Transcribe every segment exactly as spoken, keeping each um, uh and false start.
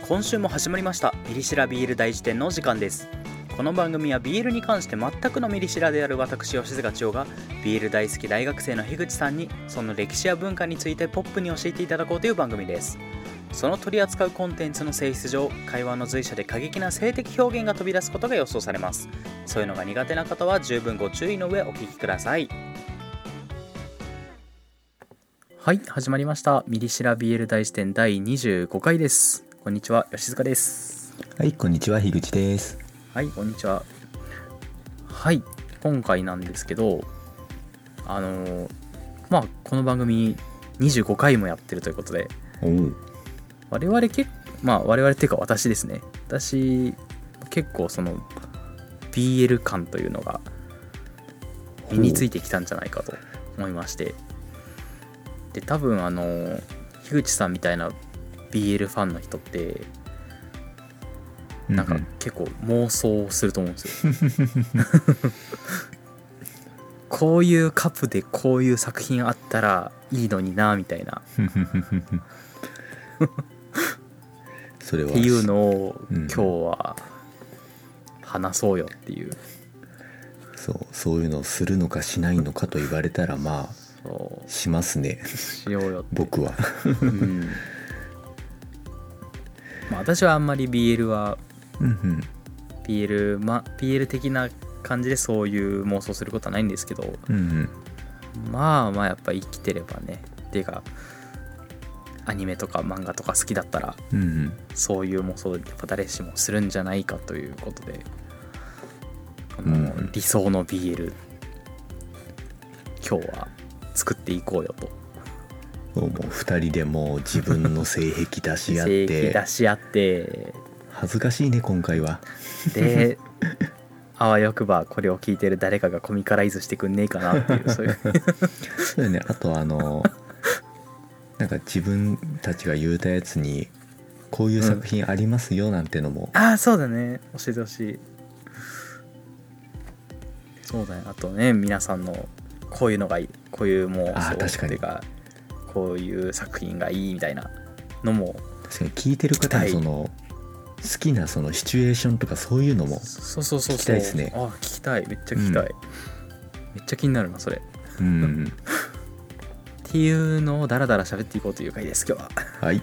今週も始まりましたミリシラビール大辞典のお時間です。この番組はビールに関して全くのミリシラである私吉塚千代がビール大好き大学生の樋口さんにその歴史や文化についてポップに教えていただこうという番組です。その取り扱うコンテンツの性質上、会話の随所で過激な性的表現が飛び出すことが予想されます。そういうのが苦手な方は十分ご注意の上お聞きください。はい、始まりましたミリシラビール大辞典だいにじゅうごかいです。こんにちは、吉塚です。 はい、こんにちは、樋口です。 はい、こんにちは。はい、今回なんですけど、あのー、まあこの番組にじゅうごかいもやってるということで、 おう我々けまあ我々っていうか私ですね。私結構その ビーエル 感というのが身についてきたんじゃないかと思いまして、で多分あの樋口さんみたいな ビーエル ファンの人ってなんか結構妄想をすると思うんですよこういうカップでこういう作品あったらいいのになみたいなそれはっていうのを今日は話そうよっていう、うん、 そうそういうのをするのかしないのかと言われたらまあそうしますね。 しようよって僕は、 うんまあ、私はあんまり ビーエル は、 うんうん、 ビーエル、ま、ビーエル 的な感じでそういう妄想することはないんですけど、 うんうん、 まあまあやっぱ生きてればねっていうかアニメとか漫画とか好きだったら、 うんうん、 そういう妄想やっぱ誰しもするんじゃないかということで、あの、うん、理想の ビーエル 今日は作っていこうよと。 もうふたりでもう自分の性癖出し合って性癖出し合って恥ずかしいね今回は。 であわよくばこれを聞いてる誰かがコミカライズしてくんねえかなっていうそういうそうだね。あとあのなんか自分たちが言うたやつにこういう作品ありますよなんてのも、 うん、ああそうだね、教えてほしい。そうだね。あとね、皆さんのこういうのがいい、こういうもうあ確かにかこういう作品がいいみたいなのも確かに聞いてる方のその好きなそのシチュエーションとかそういうのも聞きたいですね。 あ聞きたい、めっちゃ聞きたい、うん、めっちゃ気になるなそれ、 うん、 っていうのをダラダラ喋っていこうという回です今日は。 はい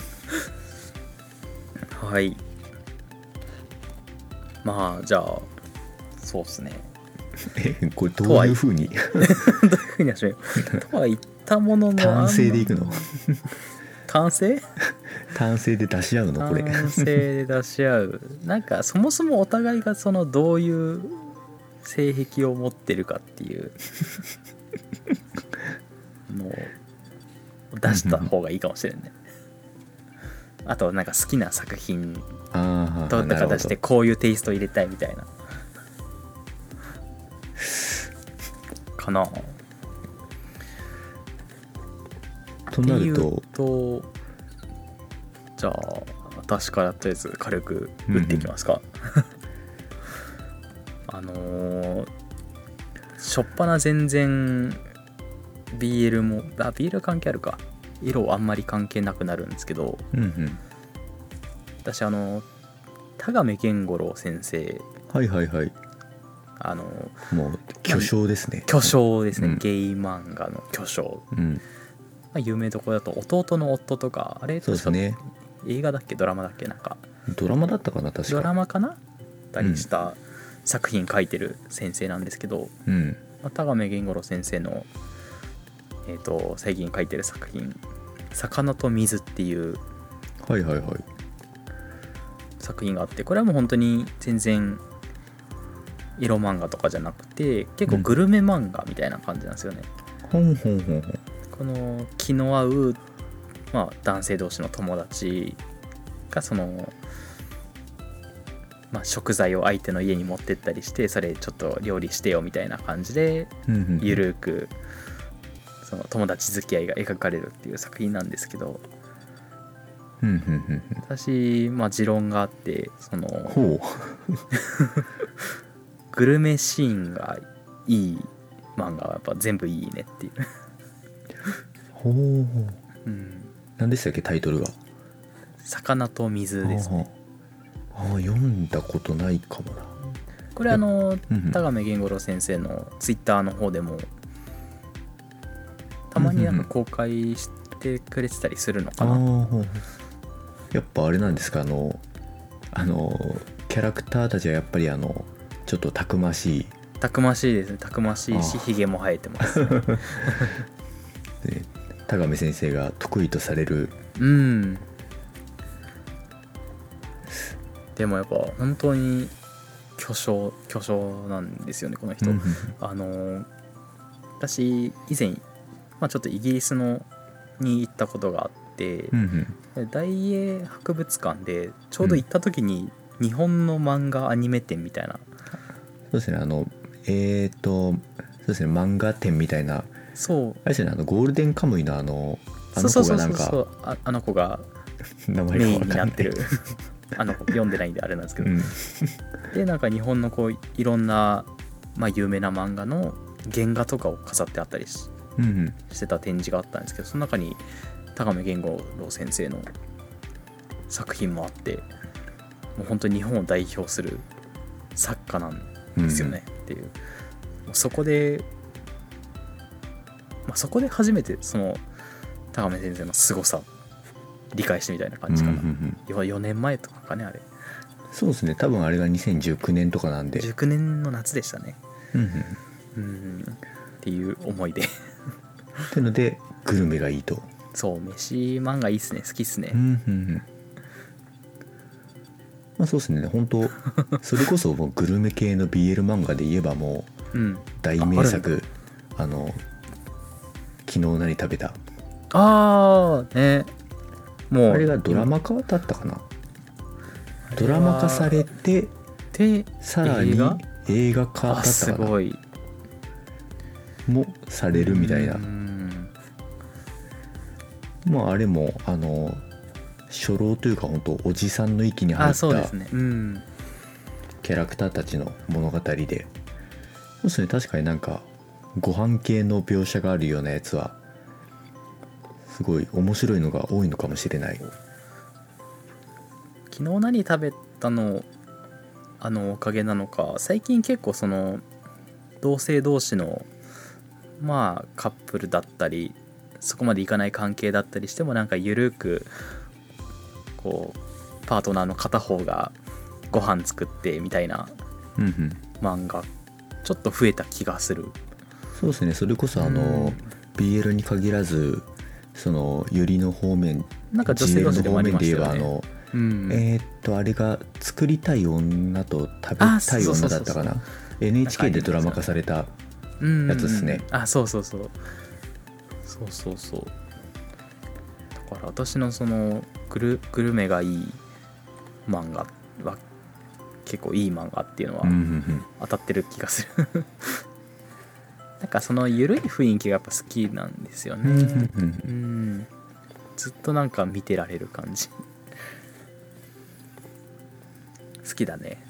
はいまあじゃあそうですねえこれどういう風にどういう風に始めようとは言ったものの単性でいくの単性単性で出し合うのこれ単性で出し合うなんかそもそもお互いがそのどういう性癖を持ってるかっていうのを出した方がいいかもしれんねあとなんか好きな作品とか出してこういうテイスト入れたいみたいなかなとなると、 とじゃあ私からとりあえず軽く打っていきますか、うんうん、あのー、しょっぱな全然 ビーエル もあ ビーエル 関係あるか、色あんまり関係なくなるんですけど、 うんうん、 私あの田亀源五郎先生、 はいはいはい、 あのもう巨匠ですね。 巨匠ですね、うん、ゲイ漫画の巨匠、 うんまあ、有名どころだと弟の夫とか、あれそうですね、 映画だっけドラマだっけ、なんかドラマだったかな、確かドラマかなたりした作品書いてる先生なんですけど、 うんまあ、田亀源五郎先生の、えー、と最近書いてる作品「魚と水」っていうはいはいはい作品があって、これはもう本当に全然色漫画とかじゃなくて結構グルメ漫画みたいな感じなんですよね、 うん、ほんほんほんほん。 この気の合う、まあ、男性同士の友達がその、まあ、食材を相手の家に持ってったりして、それちょっと料理してよみたいな感じでゆるくその友達付き合いが描かれるっていう作品なんですけど、私、まあ、持論があって、そのほうグルメシーンがいい漫画はやっぱ全部いいねっていうほう、うん、何でしたっけタイトルが。 魚と水ですね。 ああ読んだことないかもな。 これあのうんうん田亀源五郎先生のツイッターの方でもたまになんか公開してくれてたりするのかな。 ああやっぱあれなんですか、あのあのキャラクターたちはやっぱりあのちょっとたくましいたくましいですね。たくましいしあひげも生えてますね。 で田亀先生が得意とされる。 うんでもやっぱ本当に巨匠巨匠なんですよねこの人。 うんあの私以前、まあ、ちょっとイギリスのに行ったことがあって、 うんうん大英博物館でちょうど行った時に日本の漫画アニメ展みたいな、 そうですね、あのえっ、ー、とそうですね、漫画展みたいな、 そうあれですよね、あのゴールデンカムイのあのあのそうそうそう子がなんかそうそうああの子が名前メインが分かんないになってるあの子読んでないんであれなんですけど、 うんでなんか日本のこういろんな、まあ、有名な漫画の原画とかを飾ってあったりしうんうんしてた展示があったんですけど、その中に田亀源五郎先生の作品もあって、もう本当に日本を代表する作家なんですよね、っていう。もうそこで、まあ、そこで初めてその田亀先生の凄さ理解してみたいな感じかな。 うんうんうん要はよねんまえとかかねあれ。 そうですね、多分あれがにせんじゅうきゅうねんとかなんで、 じゅうきゅうねんの夏でしたね。 うんうん、っうんっていう思いでてのでグルメがいいと。 そう飯漫画いいっすね、好きっすね。 うんうんうんまあそうですね、本当それこそもうグルメ系の ビーエル 漫画で言えばもううん大名作、あの昨日何食べた、 ああねもうあれがドラマ化だったかな、ドラマ化されててさらに映画映画化だあったかなすごいもされるみたいな。 うんまああれもあの初老というか本当おじさんの域に入あったそうですねうんキャラクターたちの物語で、そうですね、確かになんかご飯系の描写があるようなやつはすごい面白いのが多いのかもしれない。 昨日何食べたのあのおかげなのか、最近結構その同性同士のまあカップルだったりそこまでいかない関係だったりしてもなんかゆるくこうパートナーの片方がご飯作ってみたいなうんうん漫画ちょっと増えた気がする。 そうですね、それこそあの、 うんビーエル に限らずそのユリの方面、 なんか女性同士でもありましたよね。 ジーエルの方面で言えばあの、 うんえーっとあれが作りたい女と食べあたい女だったかな、 エヌエイチケー でドラマ化された。 うんやつですねあそうそうそうそうそうそうだから私のそのグルグルメがいい漫画は結構いい漫画っていうのはうんうんうん当たってる気がするなんかその緩い雰囲気がやっぱ好きなんですよね。 うんうんうんうんずっとなんか見てられる感じ好きだね。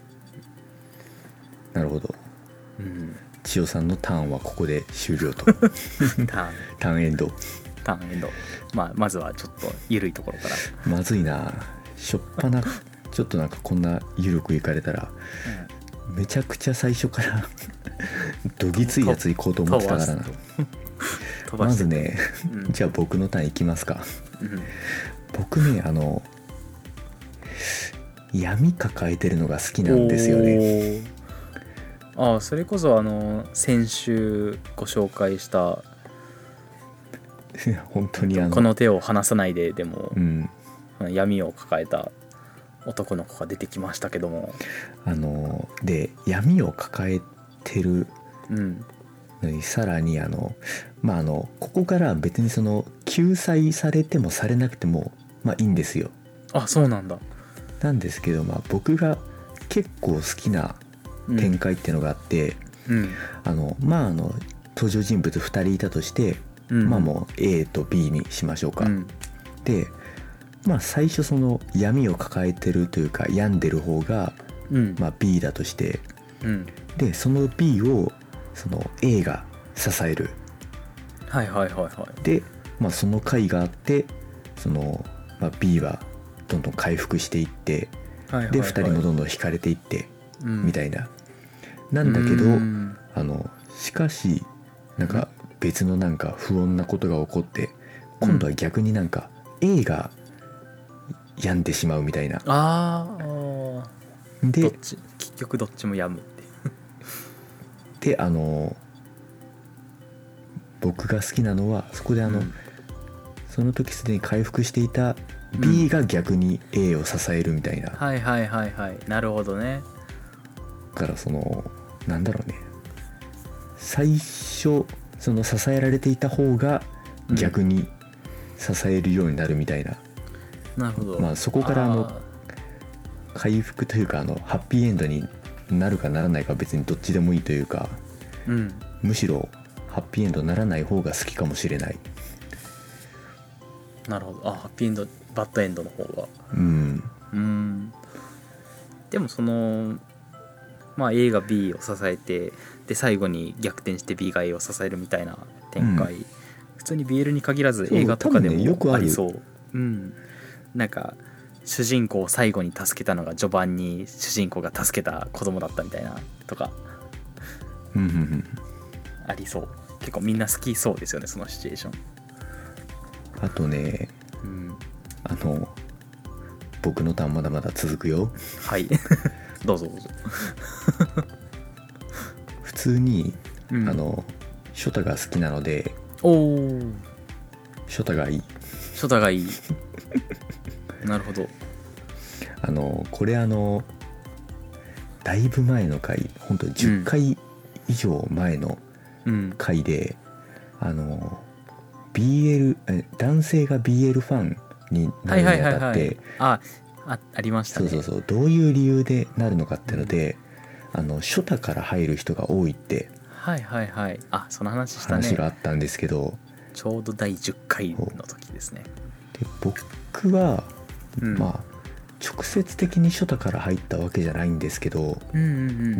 なるほど、 うん千代さんのターンはここで終了とターンターンエンド。 ターンエンド、まあ、まずはちょっと緩いところから、 まずいな、しょっぱなちょっとなんかこんな緩くいかれたらめちゃくちゃ最初からどぎついやついこうと思ってたからな。 飛ばしてまずね、 うんじゃあ僕のターンいきますか。 うん僕ねあの闇抱えてるのが好きなんですよね。 おーああそれこそあの先週ご紹介した本当にあのこの手を離さないででもう、ん闇を抱えた男の子が出てきましたけども、 あので闇を抱えてるうんのにさらにあのまああのここから別にその救済されてもされなくてもまあいいんですよ。 あそうなんだ。 なんですけど、まあ、僕が結構好きな展開っていうのがあって、 うんあのまああの登場人物ふたりいたとして、 うんまあもう A と B にしましょうか。 うんでまあ最初その闇を抱えてるというか病んでる方が、 うんまあ、B だとして、 うんでその B をその A が支える。 はいはいはいはいで、まあ、その回があってその、まあ、B はどんどん回復していって、 はいはいはい、 でふたりもどんどん惹かれていって、 うん、 みたいな。なんだけど、 うん、 あのしかしなんか別のなんか不穏なことが起こって、今度は逆になんか A が病んでしまうみたいな。 ああでどっち結局どっちも病むってであの僕が好きなのはそこであの、うん、その時すでに回復していた B が逆に A を支えるみたいな、うん、 はいはいはいはい、なるほどね。 だからそのなんだろうね、最初その支えられていた方が逆に支えるようになるみたいな、 うん、なるほど。 まあそこからあの回復というかあのハッピーエンドになるかならないか別にどっちでもいいというか、 うん、 むしろハッピーエンドならない方が好きかもしれない。 なるほど。あ、ハッピーエンドバッドエンドの方が、 うんうん。でもそのまあ A が B を支えて、で最後に逆転して B が A を支えるみたいな展開、うん、普通に ビーエル に限らず映画とかでもありそう。う、うん、なんか主人公を最後に助けたのが序盤に主人公が助けた子供だったみたいなとかありそう。結構みんな好きそうですよね、そのシチュエーション。 あとね、うん、あの僕のターンまだまだ続くよ。 はいどうぞどうぞ普通に、うん、あのショタが好きなので、 おー、 ショタがいいショタがいいなるほど。 あのこれあのだいぶ前の回、本当にじゅっかい以上前の回で、うん、あの ビーエル え男性が ビーエル ファンになるにあたって、 ああありましたね。 そうそうそう、どういう理由でなるのかっていうので、うん、あのショタから入る人が多いってはいはいはい、あその話したね。 話があったんですけど、 ちょうどだいじゅっかいの時ですね。 で僕は、うん、まあ直接的にショタから入ったわけじゃないんですけど、うんうんうん、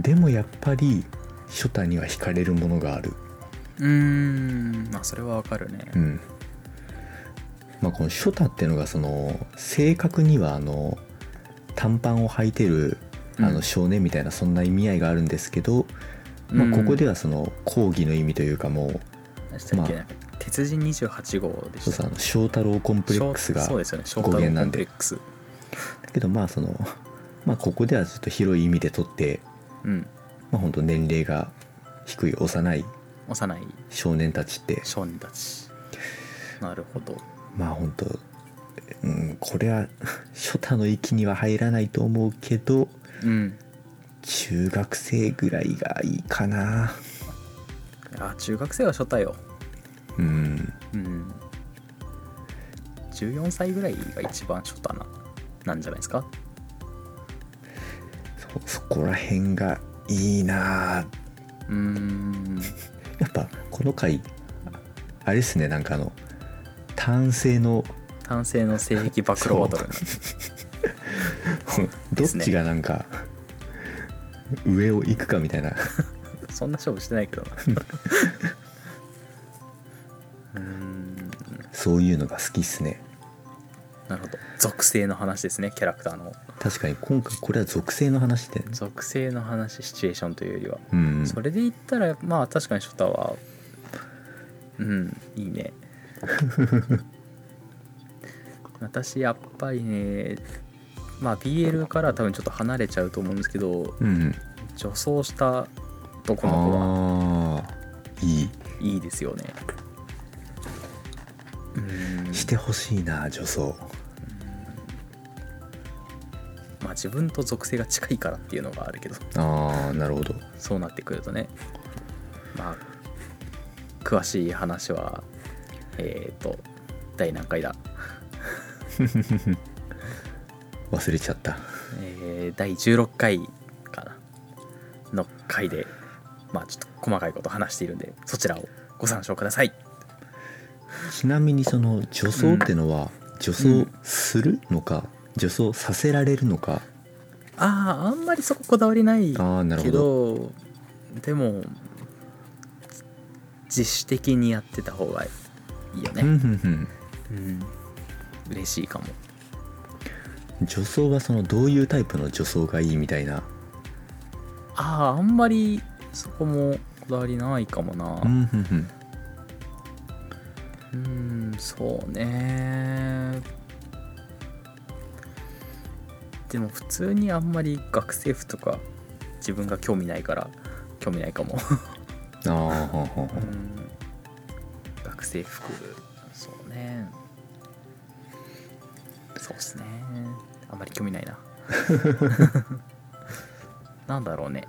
でもやっぱりショタには惹かれるものがある。 うーん、まあそれはわかるね。 うん。まあこのショタっていうのがその正確にはあの短パンを履いてるあの少年みたいなそんな意味合いがあるんですけど、うん、まあここではその抗議の意味というか、もう、 まあ、鉄人にじゅうはち号でした。 そうそう、あの翔太郎コンプレックスが語源なんで。だけどまあそのまあここではちょっと広い意味でとって、うん、まあ本当年齢が低い幼い幼い少年たちって少年たちなるほど。 まあ本当、うん、これはショタの域には入らないと思うけど、うん、中学生ぐらいがいいかな。 いや中学生はショタよ。うん、うん、じゅうよんさいぐらいが一番ショタななんじゃないですか。 そ, そこら辺がいいな。うーんやっぱこの回あれですね、なんかあの単性の単性の性癖暴露バトルどっちがなんか上を行くかみたいなそんな勝負してないけどなうーんそういうのが好きっすね。 なるほど、属性の話ですね、キャラクターの。 確かに今回これは属性の話で、ね、 属性の話、シチュエーションというよりは、うん、それで言ったらまあ確かにショタはうんいいね私やっぱりね、まあ ビーエル から多分ちょっと離れちゃうと思うんですけど、うん、女装した男の子はいいいいですよね。 うんしてほしいな女装。 まあ自分と属性が近いからっていうのがあるけど、 ああなるほど。 そうなってくるとね、まあ詳しい話はえっ、ー、と第何回だ忘れちゃった、 えー、だいじゅうろっかいかなの回でまあちょっと細かいこと話しているんで、そちらをご参照ください。 ちなみにその女装ってのは、うん、女装するのか、うん、女装させられるのか。 あああんまりそここだわりないけど、 あなるほど。 でも自主的にやってた方がいいよね。うん、うん、嬉しいかも。 女装はそのどういうタイプの女装がいいみたいな。 あああんまりそこもこだわりないかもな。 うんふんふん。 うーんそうね。でも普通にあんまり学生服とか自分が興味ないから興味ないかもああほんほんほん。 うん学生服そうね。そうっすね。あんまり興味ないななんだろうね。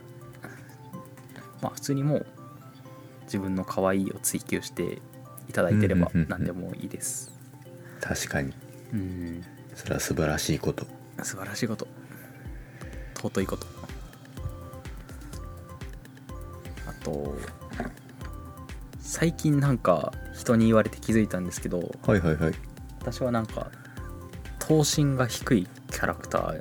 まあ普通にもう自分の可愛いを追求していただいてればうんうんうんうん何でもいいです。 確かにうんそれは素晴らしいこと。 素晴らしいこと、尊いこと。あと最近なんか人に言われて気づいたんですけど、 はいはいはい。 私はなんか頭身が低いキャラクター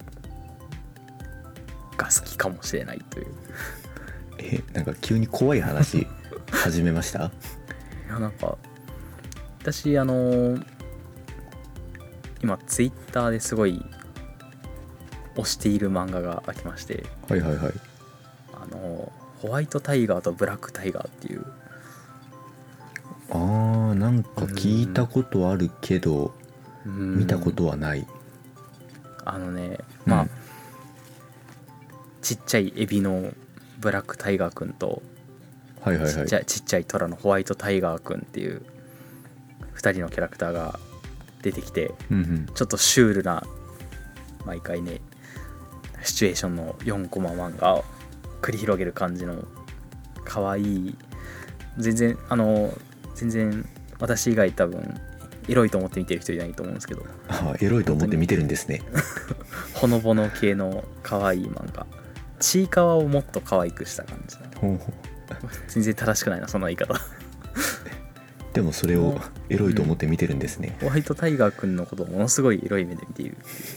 が好きかもしれないという。 えなんか急に怖い話始めました？ いやなんか私あの今ツイッターですごい推している漫画がありまして、 はいはいはい。 あのホワイトタイガーとブラックタイガーっていう。 あーなんか聞いたことあるけど見たことはない。 あのねまあ、 うん、 ちっちゃいエビのブラックタイガーくんと、 はいはいはい。 ちっちゃいちっちゃいトラのホワイトタイガーくんっていうふたりのキャラクターが出てきて、 うんうん、 ちょっとシュールな毎回ねシチュエーションのよんコマ漫画を繰り広げる感じの可愛い、全然あの全然私以外多分エロいと思って見てる人いないと思うんですけど、 あエロいと思って見てるんですね。 ほのぼの系の可愛い漫画。ちいかわをもっと可愛くした感じだ。 ほうほう。 全然正しくないなその言い方でもそれをエロいと思って見てるんですね。 ホワイトタイガーくんのことをものすごいエロい目で見ている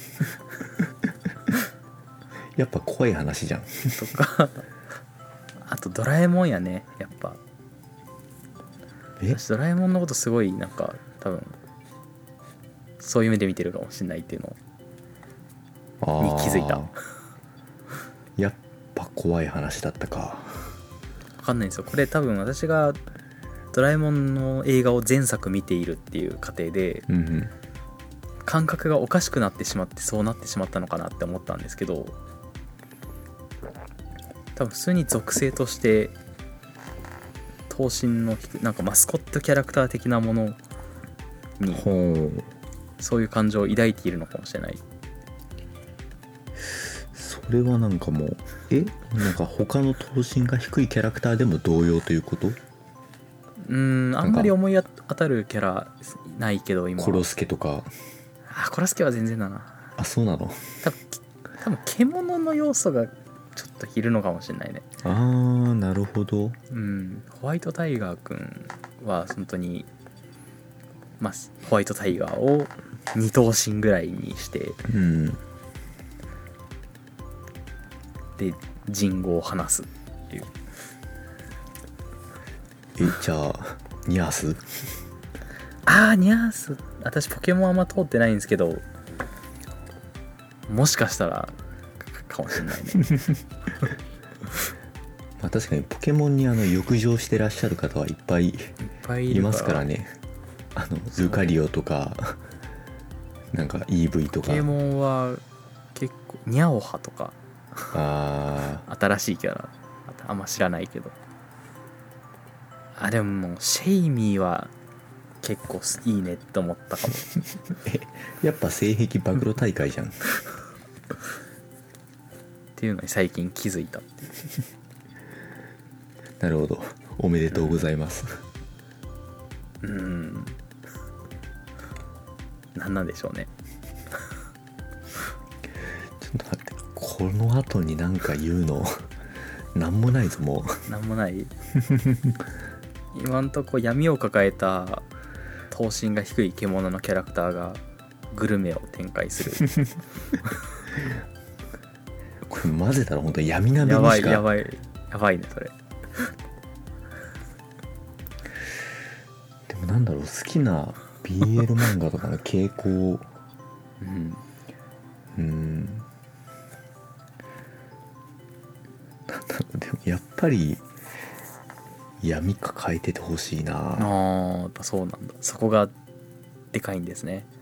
やっぱ怖い話じゃん。 とかあとドラえもんやね。やっぱえ私ドラえもんのことすごいなんか多分そういう目で見てるかもしれないっていうのに気づいた。 やっぱ怖い話だったか。 分かんないんですよこれ。多分私がドラえもんの映画を前作見ているっていう過程で、 うんうん、 感覚がおかしくなってしまってそうなってしまったのかなって思ったんですけど、多分普通に属性として頭身の低いなんかマスコットキャラクター的なものにほう。 そういう感情を抱いているのかもしれない。 それはなんかもうえなんか他の頭身が低いキャラクターでも同様ということ？ うーんあんまり思い当たるキャラないけど今コロスケとか。 あコロスケは全然だな。 あそうなの。 多分多分獣の要素がちょっといるのかもしれないね。 あーなるほど。 うんホワイトタイガーくんは本当にまあホワイトタイガーを二頭身ぐらいにしてうんで人語を話すっていう。 えじゃあニャース？ あーニャース私ポケモンあんま通ってないんですけどもしかしたらかもしれないねまあ確かにポケモンにあの浴場してらっしゃる方はいっぱいいっぱいいるいますからね。あのルカリオとかなんか イーブイ とか。 ポケモンは結構ニャオハとかあ新しいキャラあんま知らないけど、あでももうシェイミーは結構いいねって思ったかもえやっぱ性癖暴露大会じゃんっていうのに最近気づいたっていうなるほどおめでとうございます。 うーん何なんでしょうね。 ちょっと待ってこの後に何か言うのなんもないぞもう。 なんもない今んとこ闇を抱えた頭身が低い獣のキャラクターがグルメを展開するこれ混ぜたら本当に闇鍋やばにしか。 いやばいやばいねそれ。 でもなんだろう好きな ビーエル 漫画とかの傾向うんぱり闇抱えててほしいな。 あーやっぱそうなんだ。そこがでかいんですね。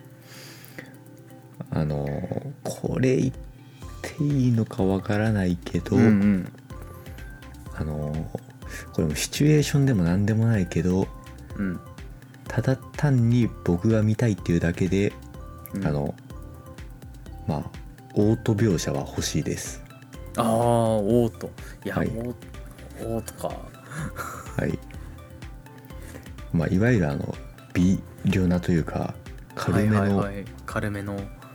あのこれ言っていいのかわからないけど、 うんうんあのこれもシチュエーションでも何でもないけど、 うんただ単に僕が見たいっていうだけで、 うん、 あのまあオート描写は欲しいです。 ああオート、いや、 はいオーオートか。 はいまあいわゆるあの微量なというか軽めのはいはいはい、軽めの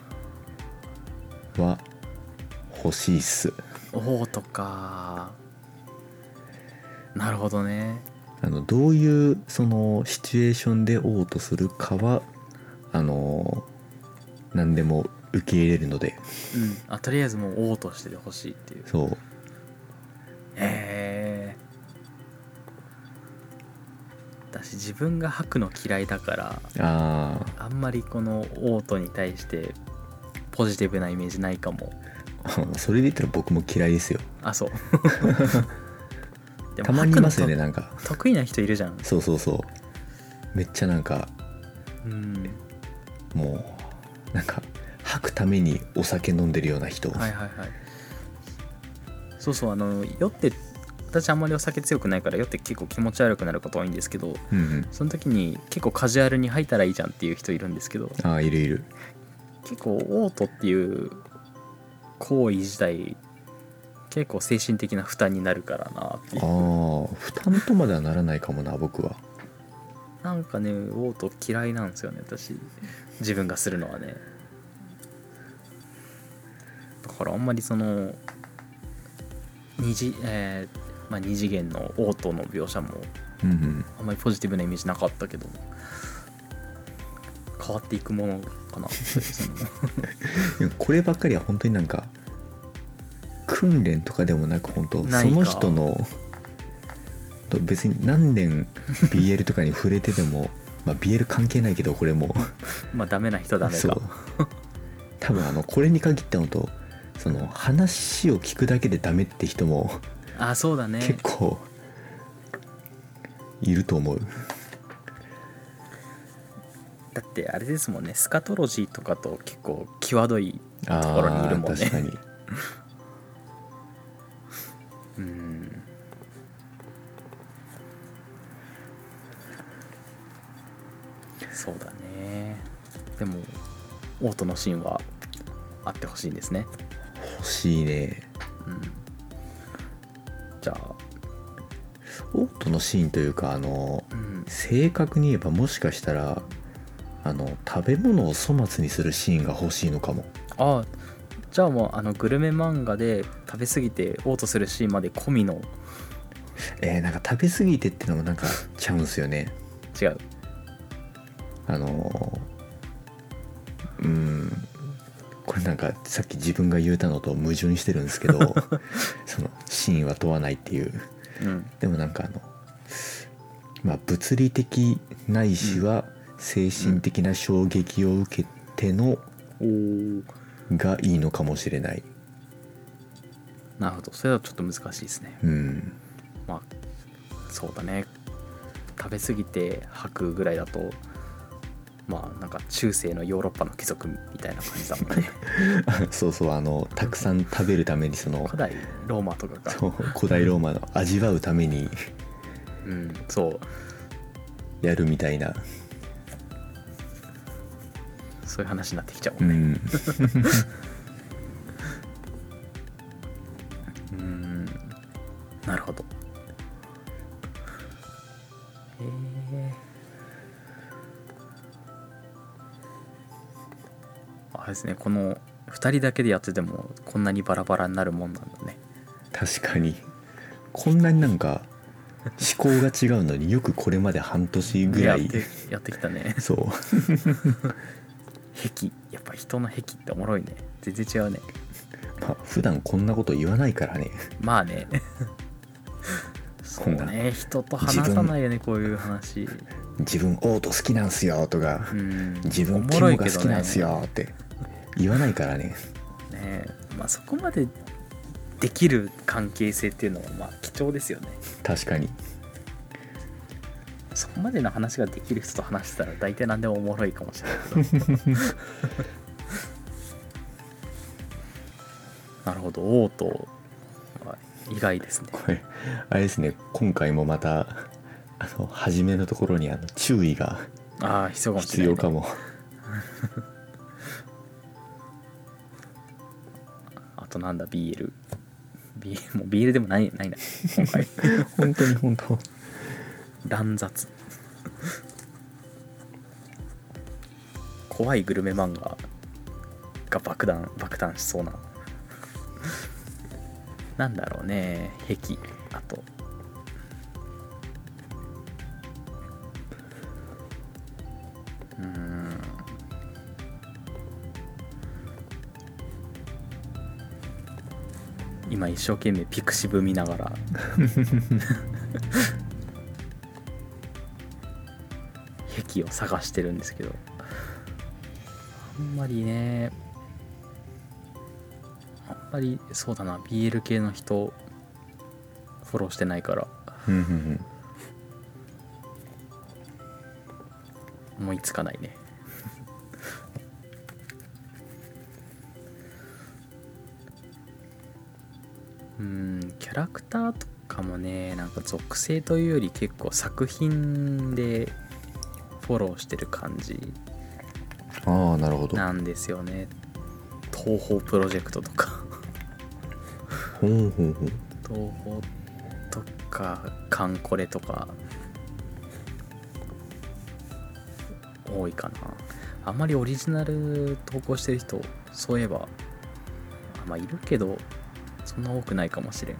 は欲しいっす。 オートか。なるほどね。 あのどういうそのシチュエーションでオートするかはあの何でも受け入れるので、 うんあとりあえずもうオートしててほしいっていう。 そうへえ。私自分が吐くの嫌いだからああんまりこのオートに対してポジティブなイメージないかも。 あそれで言ったら僕も嫌いですよ。 あそうでもたまにいますよね吐くのなんか。 得意な人いるじゃん。 そうそうそうめっちゃなんかうんもうなんか吐くためにお酒飲んでるような人、 はいはいはい。そうそう、あの酔って、私あんまりお酒強くないから酔って結構気持ち悪くなること多いんですけど、 うんうん、 その時に結構カジュアルに吐いたらいいじゃんっていう人いるんですけど、 ああいるいる。 結構オートっていう行為自体結構精神的な負担になるからなっていう。 ああ負担とまではならないかもな僕は。 なんかねオート嫌いなんですよね私、自分がするのはね。だからあんまりその二次、えーまあ、二次元のオートの描写もうんうんあんまりポジティブなイメージなかったけど変わっていくものかなそのいやこればっかりは本当になんか訓練とかでもなく本当ないかその人のと別に何年 ビーエル とかに触れててもまあ ビーエル 関係ないけどこれもまあダメな人はダメか。 そう多分あのこれに限ったのとその話を聞くだけでダメって人もあそうだね。 結構いると思う。 だってあれですもんね、スカトロジーとかと結構際どいところにいるもんね。 確かにうんそうだね。でもオートのシーンはあってほしいんですね。 欲しいね。 うんじゃあオートのシーンというかあのうん正確に言えばもしかしたらあの食べ物を粗末にするシーンが欲しいのかも。 あじゃあもうあのグルメ漫画で食べ過ぎてオートするシーンまで込みの。 えー、なんか食べ過ぎてってのもなんかちゃうんすよね。 違うあのー、うーんこれなんかさっき自分が言うたのと矛盾してるんですけどそのシーンは問わないっていう。 うんでもなんかあのまあ物理的ないしは精神的な衝撃を受けてのおーがいいのかもしれない。 なるほど、それはちょっと難しいですね。 うんまあそうだね、食べ過ぎて吐くぐらいだとまあなんか中世のヨーロッパの貴族みたいな感じだもんねそうそうあのたくさん食べるためにその古代ローマとかがそう古代ローマの味わうためにうんそうやるみたいな。 そういう話になってきちゃううもんね。 んうんなるほど。へえあれですね、このふたりだけでやっててもこんなにバラバラになるもんなんだね。 確かにこんなになんか思考が違うのによくこれまで半年ぐらいやってやってきたねそう癖、やっぱ人の癖っておもろいね。全然違うね。 まあ普段こんなこと言わないからね。 まあねそうね、人と話さないよねこういう話。 自分オート好きなんすよとか、 うん自分おもろいキモが好けどねきなんすよって言わないからね。 ねまあそこまでできる関係性っていうのはまあ貴重ですよね。 確かに。 そこまでの話ができる人と話してたら大体何でもおもろいかもしれないけどなるほど、オートは意外ですね。 これあれですね、今回もまたあの初めのところにあの注意がああ必要かもしれない、ね、 必要かもあとなんだ、ビールビールもうビールでもないないな今回本当に本当乱雑怖いグルメ漫画が爆弾爆弾しそうななんだろうね、壁、あとうーん今一生懸命ピクシブ見ながら壁を探してるんですけど、あんまりねあんまりそうだな ビーエル 系の人フォローしてないからうんうんうん思いつかないねうーんキャラクターとかもね、なんか属性というより結構作品でフォローしてる感じああなるほど。 なんですよね。東宝プロジェクトとかほうほうほう。 東宝とかカンコレとか多いかな。あんまりオリジナル投稿してる人そういえばあまあいるけどそんな多くないかもしれん。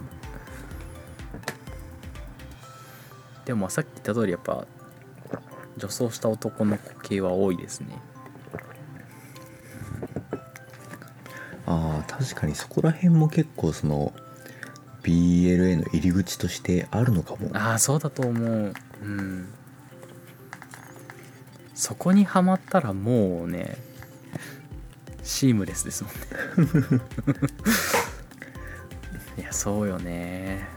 でもさっき言った通りやっぱ女装した男の子系は多いですね。 ああ確かにそこら辺も結構その ビーエルエー の入り口としてあるのかも。 ああそうだと思う。うんそこにはまったらもうねシームレスですもんねいやそうよね。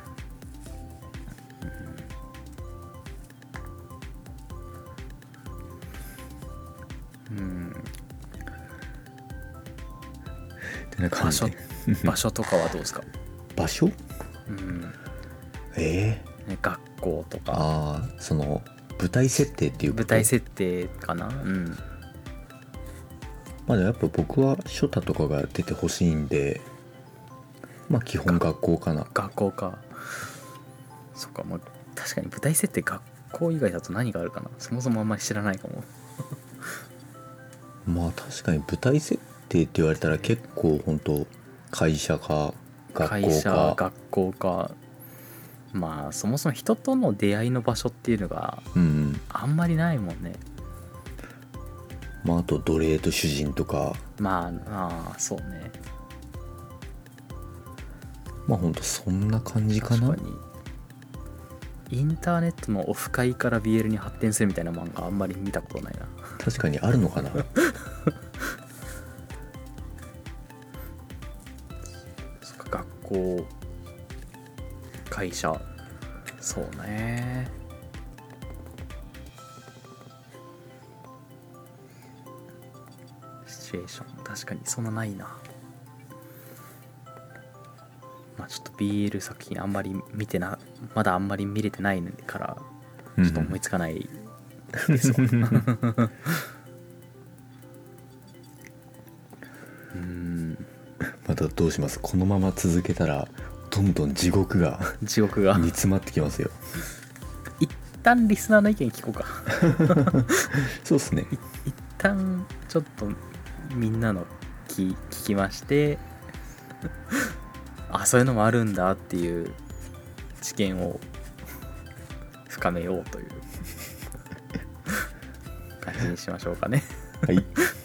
うん、うん場所場所とかはどうですか？ 場所？ うんええね、学校とか。 ああその舞台設定っていうこと？ 舞台設定かな。うんまあでもやっぱ僕はショタとかが出てほしいんでまあ基本学校かな。 学校か。そっか、まあ確かに舞台設定学校以外だと何があるかな。そもそもあんまり知らないかもまあ確かに舞台設定って言われたら結構本当会社か学会校か。 社学校か。まあそもそも人との出会いの場所っていうのがうんあんまりないもんね。 まああと奴隷と主人とか。 まあまあそうね。 まあほんとそんな感じかな。 確かにインターネットのオフ会から ビーエル に発展するみたいな漫画あんまり見たことないな。 確かにあるのかなそっか学校会社そうね。シチュエーション確かにそんなないな。まあちょっと ビーエル 作品あんまり見てなまだあんまり見れてないからちょっと思いつかないですわうんまたどうします？このまま続けたらどんどん地獄が地獄が煮詰まってきますよ一旦リスナーの意見聞こうかそうっすね。 一旦ちょっとみんなの聞聞きましてあそういうのもあるんだっていう知見を深めようという感じにしましょうかねはい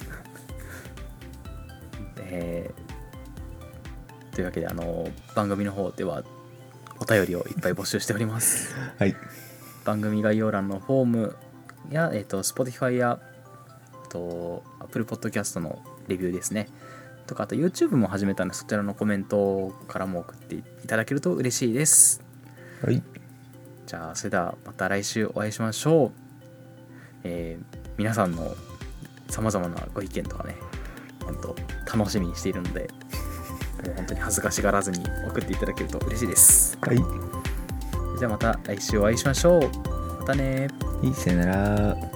えー、というわけであの番組の方ではお便りをいっぱい募集しておりますはい番組概要欄のフォームや、えー、と Spotify やと Apple Podcast のレビューですねとか、あと YouTube も始めたので、そちらのコメントからも送っていただけると嬉しいです。 はい。 じゃあそれではまた来週お会いしましょう。えー、皆さんのさまざまなご意見とかね、本当楽しみにしているので、もう本当に恥ずかしがらずに送っていただけると嬉しいです。 はい。 じゃあまた来週お会いしましょう。またね。 いい、さよなら。